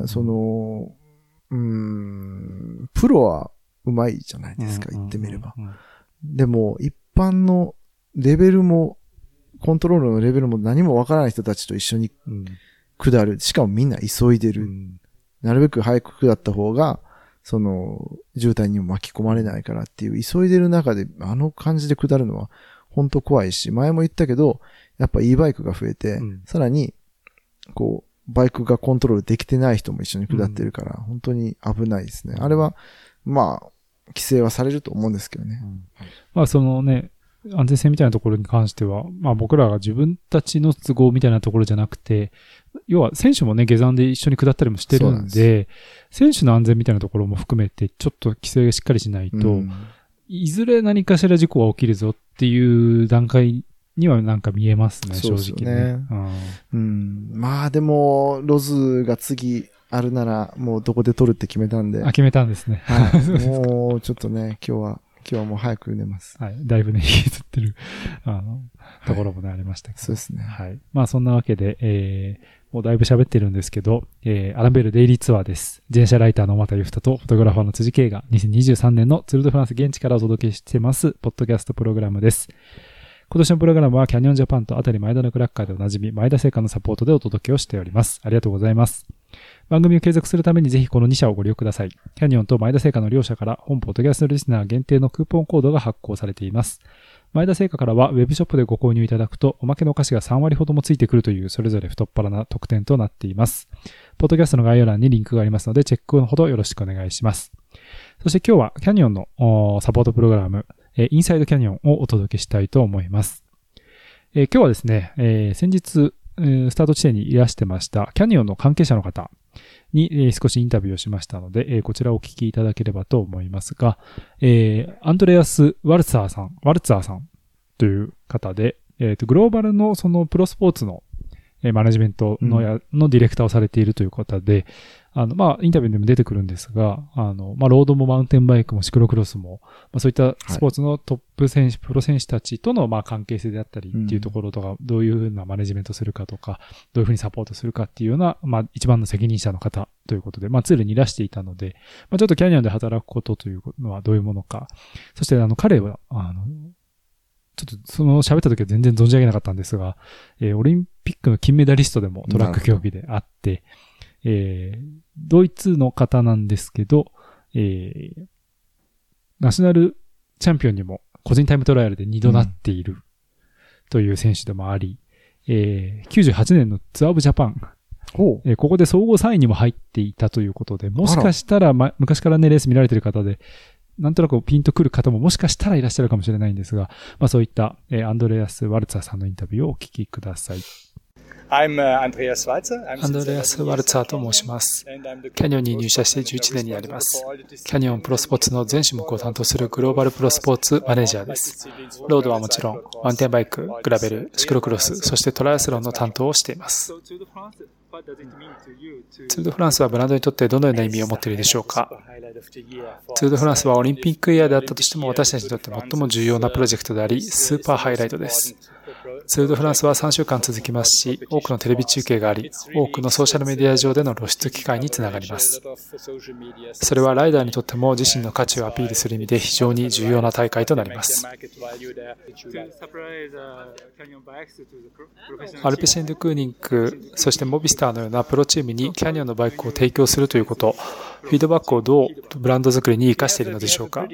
プロは上手いじゃないですか、言ってみれば。でも、一般のレベルも、コントロールのレベルも何もわからない人たちと一緒に下る。しかもみんな急いでる。なるべく早く下った方が、渋滞にも巻き込まれないからっていう、急いでる中であの感じで下るのは本当怖いし、前も言ったけど、やっぱ e バイクが増えて、さらに、バイクがコントロールできてない人も一緒に下ってるから、本当に危ないですね。あれは、まあ、規制はされると思うんですけどね。 まあ、安全性みたいなところに関しては、まあ僕らが自分たちの都合みたいなところじゃなくて、要は選手もね、下山で一緒に下ったりもしてるんで、選手の安全みたいなところも含めて、ちょっと規制がしっかりしないと、いずれ何かしら事故が起きるぞっていう段階にはなんか見えますね、正直ね。 まあでも、ロズが次あるなら、もうどこで取るって決めたんで。 決めたんですね。 はい。もうちょっとね、今日はもう早く寝ます。 はい。だいぶね、引きずってる、ところもね、ありましたけど。 そうですね。 はい。まあそんなわけで、もうだいぶ喋ってるんですけど、アランベルデイリーツアーです。自転車ライターの又由太とフォトグラファーの辻圭が2023年のツールドフランス現地からお届けしてます、ポッドキャストプログラムです。今年のプログラムはキャニオンジャパンとあたり前田のクラッカーでおなじみ前田製菓のサポートでお届けをしております。ありがとうございます。番組を継続するためにぜひこの2社をご利用ください。キャニオンと前田製菓の両社から本ポッドキャストリスナー限定のクーポンコードが発行されています。前田製菓からはウェブショップでご購入いただくとおまけのお菓子が3割ほどもついてくるというそれぞれ太っ腹な特典となっています。ポッドキャストの概要欄にリンクがありますのでチェックのほどよろしくお願いします。そして今日はキャニオンのサポートプログラムインサイドキャニオンをお届けしたいと思います。今日はですね、先日スタート地点にいらしてましたキャニオンの関係者の方に少しインタビューをしましたので、こちらをお聞きいただければと思いますが、アンドレアス・ワルツァーさんという方で、グローバルのそのプロスポーツのマネジメントのディレクターをされているという方で、まあ、インタビューでも出てくるんですが、まあ、ロードもマウンテンバイクもシクロクロスも、まあ、そういったスポーツのトップ選手、プロ選手たちとのまあ関係性であったりっていうところとか、どういうふうなマネジメントするかとか、どういうふうにサポートするかっていうような、まあ、一番の責任者の方ということで、まあ、ツールにいらしていたので、まあ、ちょっとキャニオンで働くことというのはどういうものか、そして彼は、ちょっと喋った時は全然存じ上げなかったんですが、オリンピックの金メダリストでもトラック競技であって、ドイツの方なんですけど、ナショナルチャンピオンにも個人タイムトライアルで2度なっているという選手でもあり、98年のツアーオブジャパン、ここで総合3位にも入っていたということで、もしかしたら、昔からね、レース見られている方で、なんとなくピンとくる方ももしかしたらいらっしゃるかもしれないんですが、まあそういった、アンドレアス・ワルツァーさんのインタビューをお聞きください。 アンドレアス・ワルツァーと申します。キャニオンに入社して11年になります。キャニオンプロスポーツの全種目を担当するグローバルプロスポーツマネージャーです。ロードはもちろん、マウンテンバイク、グラベル、シクロクロス、そしてトライアスロンの担当をしています。ツール・ド・フランスはブランドにとってどのような意味を持っているでしょうか。ツール・ド・フランスはオリンピックイヤーであったとしても私たちにとって最も重要なプロジェクトであり、スーパーハイライトです。ツール・ド・フランスは3週間続きますし、多くのテレビ中継があり、多くのソーシャルメディア上での露出機会につながります。それはライダーにとっても自身の価値をアピールする意味で非常に重要な大会となります。アルペシェン・ドゥ・クーニング、そしてモビスターのようなプロチームにキャニオンのバイクを提供するということ、フィードバックをどうブランド作りに生かしているのでしょうか。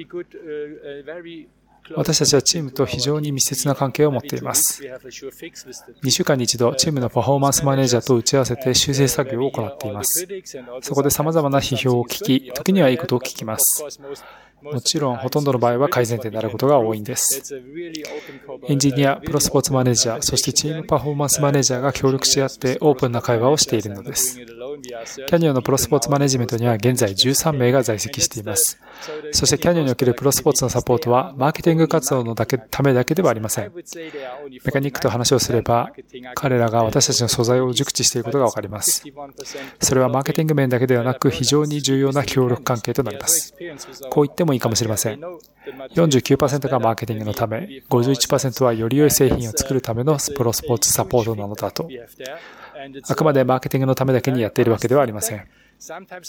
私たちはチームと非常に密接な関係を持っています。2週間に一度、チームのパフォーマンスマネージャーと打ち合わせて修正作業を行っています。そこで様々な批評を聞き、時にはいいことを聞きます。 もちろんほとんどの場合は改善点になることが多いんです。エンジニア、プロスポーツマネージャー、そしてチームパフォーマンスマネージャーが協力し合ってオープンな会話をしているのです。キャニオンのプロスポーツマネジメントには現在13名が在籍しています。そしてキャニオンにおけるプロスポーツのサポートはマーケティング活動のためだけではありません。メカニックと話をすれば、彼らが私たちの素材を熟知していることがわかります。それはマーケティング面だけではなく非常に重要な協力関係となります。こう言ってもいいかもしれません。49% がマーケティングのため、51% はより良い製品を作るためのプロスポーツサポートなのだと。あくまでマーケティングのためだけにやっているわけではありません。ツ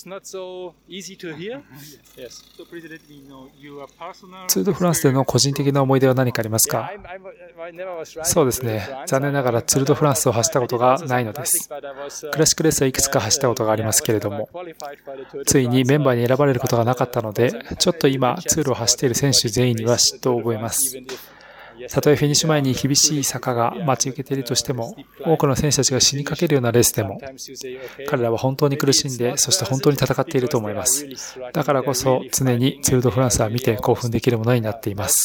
ードフランスでの個人的な思い出は何かありますか？そうですね。残念ながらツールドフランスを走ったことがないのです。クラシックレースはいくつか走ったことがありますけれども、ついにメンバーに選ばれることがなかったので、ちょっと今ツールを走っている選手全員には嫉妬を覚えます。たとえフィニッシュ前に厳しい坂が待ち受けているとしても、多くの選手たちが死にかけるようなレースでも、彼らは本当に苦しんで、そして本当に戦っていると思います。だからこそ常にツール・ド・フランスは見て興奮できるものになっています。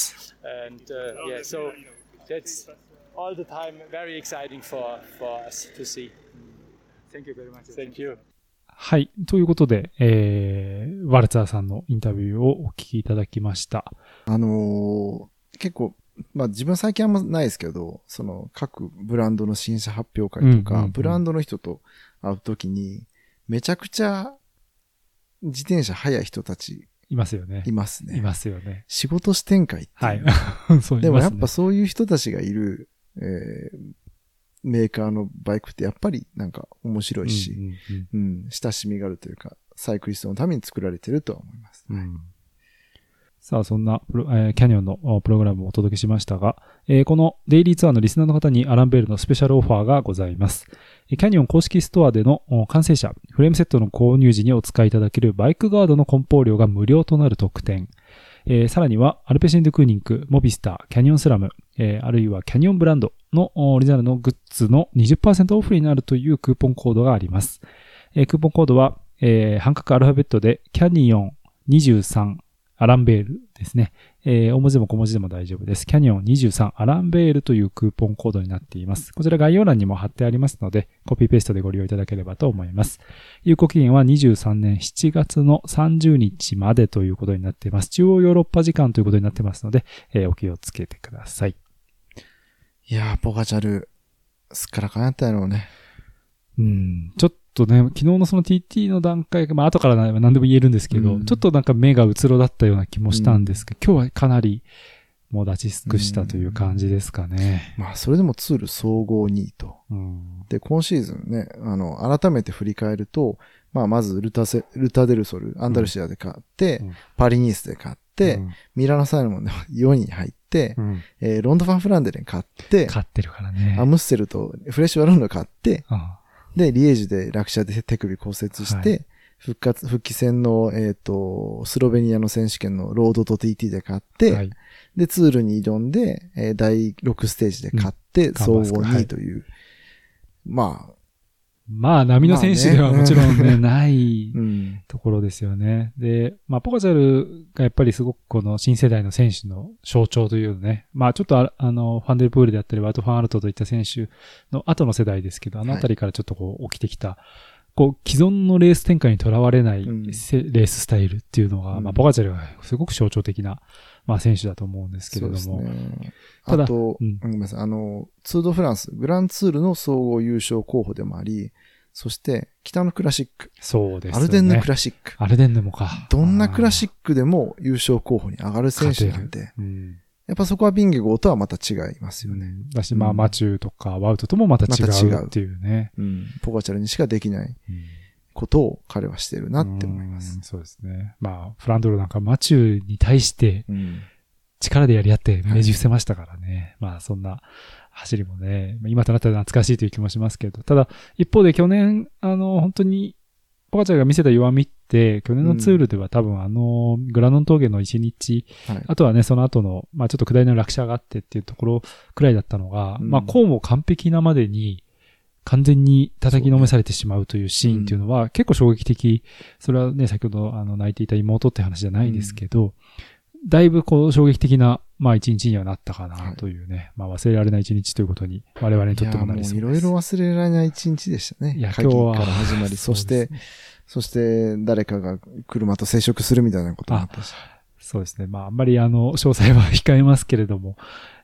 はい。ということで、ワルツァーさんのインタビューをお聞きいただきました。 結構、自分最近あんまないですけど、その各ブランドの新車発表会とか、ブランドの人と会うときに、めちゃくちゃ自転車速い人たちいますよね。 いますね。 いますよね。 仕事視点会っていう。 はい。そうでもやっぱそういう人たちがいる、メーカーのバイクってやっぱりなんか面白いし、親しみがあるというか、サイクリストのために作られてるとは思います。 さあ、そんなキャニオンのプログラムをお届けしましたが、このデイリーツアーのリスナーの方にアランベールのスペシャルオファーがございます。キャニオン公式ストアでの完成車、フレームセットの購入時にお使いいただけるバイクガードの梱包料が無料となる特典。さらには、アルペシンドクーニング、モビスター、キャニオンスラム、あるいはキャニオンブランドのオリジナルのグッズの 20% オフになるというクーポンコードがあります。クーポンコードは、半角アルファベットでキャニオン23アランベールですね。大文字でも小文字でも大丈夫です。キャニオン23アランベールというクーポンコードになっています。こちら概要欄にも貼ってありますので、コピーペーストでご利用いただければと思います。有効期限は23年7月の30日までということになっています。中央ヨーロッパ時間ということになってますので、お気をつけてください。 いやー、ポガチャル、すっからかんやったやろうね。 ちょっとね、昨日のその TT の段階が、後から何でも言えるんですけど、ちょっとなんか目がうつろだったような気もしたんですけど、今日はかなりもう立ち尽くしたという感じですかね。 それでもツール総合2位と。で、今シーズンね、改めて振り返ると、まずルタデルソル、アンダルシアで買って、パリニースで買って、ミラノサイモンで4位に入って、ロンドファンフランデレン買って、 買ってるからね。 アムッセルとフレッシュワロンド買って、で、リエージュで落車で手首骨折して、復帰戦の、スロベニアの選手権のロードと TT で勝って、で、ツールに挑んで、第6ステージで勝って、総合2位という。 波の選手ではもちろんね、ないところですよね。で、ポガチャルがやっぱりすごくこの新世代の選手の象徴というね、ちょっとファンデルプールであったり、ワート・ファン・アルトといった選手の後の世代ですけど、あのあたりからちょっと起きてきた、既存のレース展開にとらわれないレーススタイルっていうのが、ポガチャルがすごく象徴的な、選手だと思うんですけれども。 そうですね。あと、ごめんなさい。ツードフランス、グランツールの総合優勝候補でもあり、そして、北のクラシック。 そうですね。 アルデンヌクラシック。 アルデンヌもか。 どんなクラシックでも優勝候補に上がる選手なんで、やっぱそこはビンゲゴーとはまた違いますよね。 だし、マチューとかワウトともまた違うっていうね。 ポガチャルにしかできないことを彼はしてるなって思います。 そうですね。フランドロなんかマチューに対して、力でやり合ってねじ伏せましたからね。そんな走りもね、今となったら懐かしいという気もしますけど、ただ、一方で去年、本当に、ポガチャルが見せた弱みって、去年のツールでは多分グラノン峠の1日、あとはね、その後の、ちょっと下りの落車があってっていうところくらいだったのが、こうも完璧なまでに完全に叩きのめされてしまうというシーンっていうのは結構衝撃的。それはね、先ほど泣いていた妹って話じゃないですけど、だいぶこう衝撃的な、まあ一日にはなったかなというね、まあ忘れられない一日ということに我々にとってもなりそうです。 いろいろ忘れられない一日でしたね。 いや、今日は。 から始まり、そして誰かが車と接触するみたいなことになったし。 そうですね。まああんまり詳細は控えますけれども、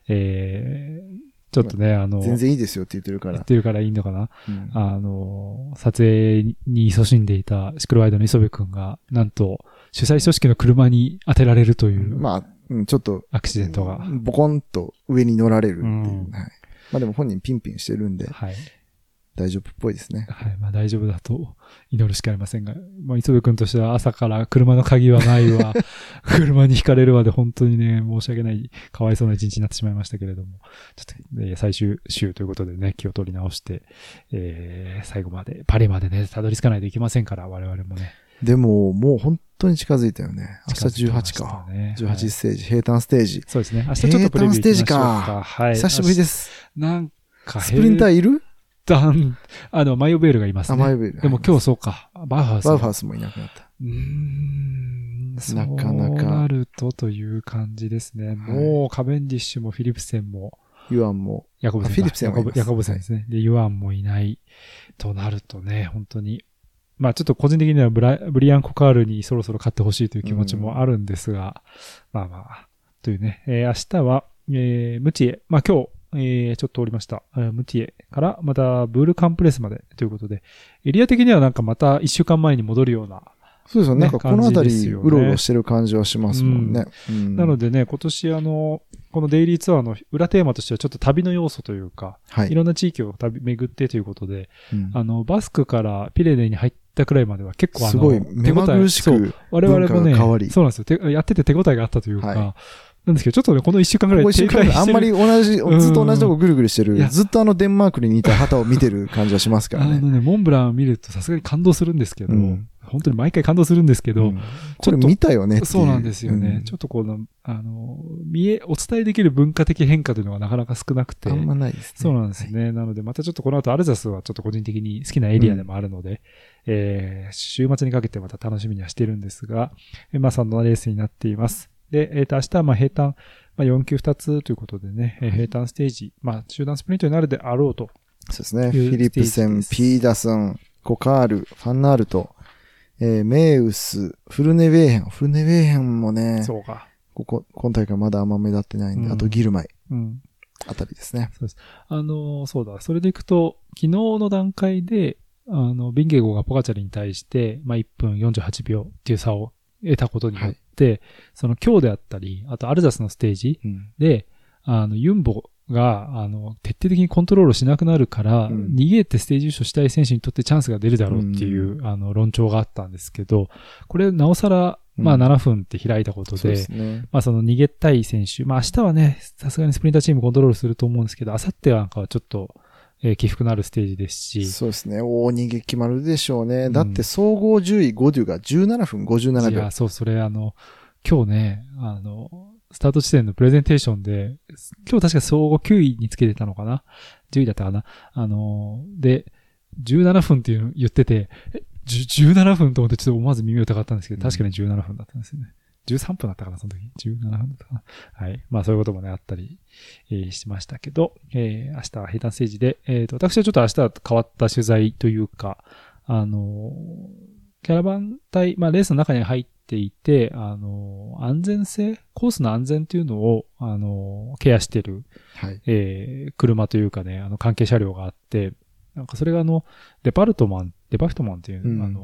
ちょっとね、 全然いいですよって言ってるから。 言ってるからいいのかな。撮影に勤しんでいたシクロワイドの磯部くんが、なんと、主催組織の車に当てられるという。 まあ、ちょっと。 アクシデントが。 ボコンと上に乗られるっていう。はい。まあでも本人ピンピンしてるんで。はい。大丈夫っぽいですね。 はい。まあ大丈夫だと祈るしかありませんが、まあ磯部くんとしては朝から車の鍵はないわ、車にひかれるわで本当にね、申し訳ない、かわいそうな一日になってしまいましたけれども、ちょっと、最終週ということでね、気を取り直して、最後まで、パリまでね、たどり着かないといけませんから、我々もね。 でも、もう本当に近づいたよね。明日18か。18ステージ、平坦ステージ。 そうですね。明日ちょっとプレビュー行きましょうか。平坦ステージか。 はい。久しぶりです。 なんか、 スプリンターいるマイオベールがいますね。 マイオベール。 でも今日そうか。バウハウスもいなくなった。 なかなか。そうなるという感じですね。もう、カベンディッシュもフィリプセンも。 ユアンも。 ヤコブセン。 フィリプセンもいます。 ヤコブセンですね。で、ユアンもいないとなるとね、本当に。まあちょっと個人的にはブリアン・コカールにそろそろ勝ってほしいという気持ちもあるんですが、まあまあ、というね、明日は、ムチエ。まあ今日、ちょっとおりました。ムティエからまたブールカンプレスまでということで、エリア的にはなんかまた一週間前に戻るような。 そうですよね。なんかこのあたり、うろうろしてる感じはしますもんね。 なのでね、今年このデイリーツアーの裏テーマとしてはちょっと旅の要素というか、いろんな地域を巡ってということで、バスクからピレネーに入ったくらいまでは結構すごい目まぐるしく我々もね、そうなんですよ。やってて手応えがあったというか、なんですけど、ちょっとね、この一週間くらい停滞してる。 あんまりずっと同じとこぐるぐるしてる。ずっとデンマークに似た旗を見てる感じはしますからね。 モンブランを見るとさすがに感動するんですけど、本当に毎回感動するんですけど、 これ見たよねっていう。 そうなんですよね。ちょっとこの、お伝えできる文化的変化というのがなかなか少なくて。 あんまないですね。 そうなんですね。なので、またちょっとこの後アルザスはちょっと個人的に好きなエリアでもあるので、週末にかけてまた楽しみにはしてるんですが、まあそんなレースになっています。で、明日はまあ平坦、4級2つということでね、平坦ステージ、集団スプリントになるであろうと。 そうですね。フィリプセン、ピーダソン、コカール、ファンナールト、メイウス、フルネウェーヘンもね、 そうか。 今大会まだあんま目立ってないんで、あとギルマイ。あたりですね。 そうです。そうだ。それでいくと、昨日の段階で、ビンゲゴがポガチャリに対して、1分48秒っていう差を得たことによって、その今日であったり、あとアルザスのステージで、ユンボが、徹底的にコントロールしなくなるから、逃げてステージ優勝したい選手にとってチャンスが出るだろうっていう、論調があったんですけど、これ、なおさら、7分って開いたことで、その逃げたい選手、明日はね、さすがにスプリンターチームコントロールすると思うんですけど、明後日はなんかはちょっと、起伏のあるステージですし。 そうですね。大逃げ決まるでしょうね。だって総合10位5デュが17分57秒。 いや、そう、それ今日ね、スタート地点のプレゼンテーションで、今日確か総合9位につけてたのかな ?10 位だったかなで、17分っていうの言ってて、17分と思ってちょっと思わず耳を疑ったんですけど、確かに17分だったんですよね。13分だったかな、その時。17分だったかな。はい。そういうこともね、あったり、しましたけど、明日は平坦ステージで、私はちょっと明日は変わった取材というか、キャラバン隊、レースの中に入っていて、安全性、コースの安全というのを、ケアしてる、車というかね、関係車両があって、なんかそれがデパフトマンっていう、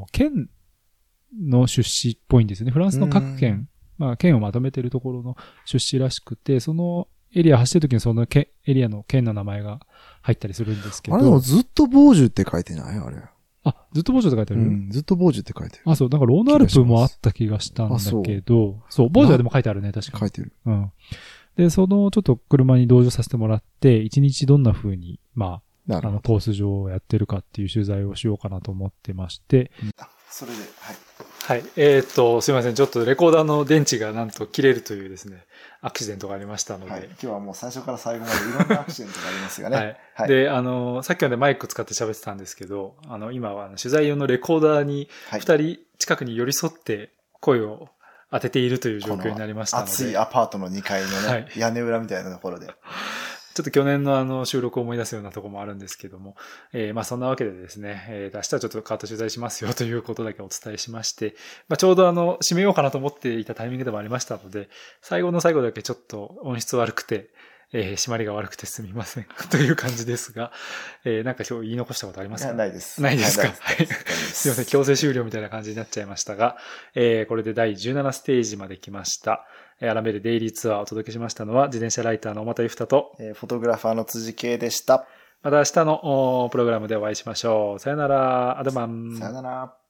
県の出資っぽいんですよね。フランスの各県、県をまとめてるところの出資らしくて、そのエリア走ってる時にそのエリアの県の名前が入ったりするんですけど。 あれでもずっとボージュって書いてないあれ。 ずっとボージュって書いてある、 ずっとボージュって書いてる。 そう、なんかローナルプもあった気がしたんだけど、そう、ボージュはでも書いてあるね、確かに。 書いてる。 で、ちょっと車に同乗させてもらって、一日どんな風に、コース上をやってるかっていう取材をしようかなと思ってまして。 それで、はい。 はい。すいません。ちょっとレコーダーの電池がなんと切れるというですね、アクシデントがありましたので。 はい。今日はもう最初から最後までいろんなアクシデントがありますがね。 はい。はい、で、さっきまでマイク使って喋ってたんですけど、今は取材用のレコーダーに2人近くに寄り添って声を当てているという状況になりましたので。 暑いアパートの2階のね、はい、屋根裏みたいなところで。 ちょっと去年の収録を思い出すようなところもあるんですけども、まあそんなわけでですね、明日はちょっと変わった取材しますよということだけお伝えしまして、まあちょうど締めようかなと思っていたタイミングでもありましたので、最後の最後だけちょっと音質悪くて、締まりが悪くてすみませんという感じですが、なんか今日言い残したことありますか？ ないです。 ないですか？はい。すいません、強制終了みたいな感じになっちゃいましたが、これで第17ステージまで来ました。アラメルデイリーツアーをお届けしましたのは、自転車ライターの小又ゆふたと、 フォトグラファーの辻圭でした。 また明日のプログラムでお会いしましょう。さよなら、アドマン。 さよなら。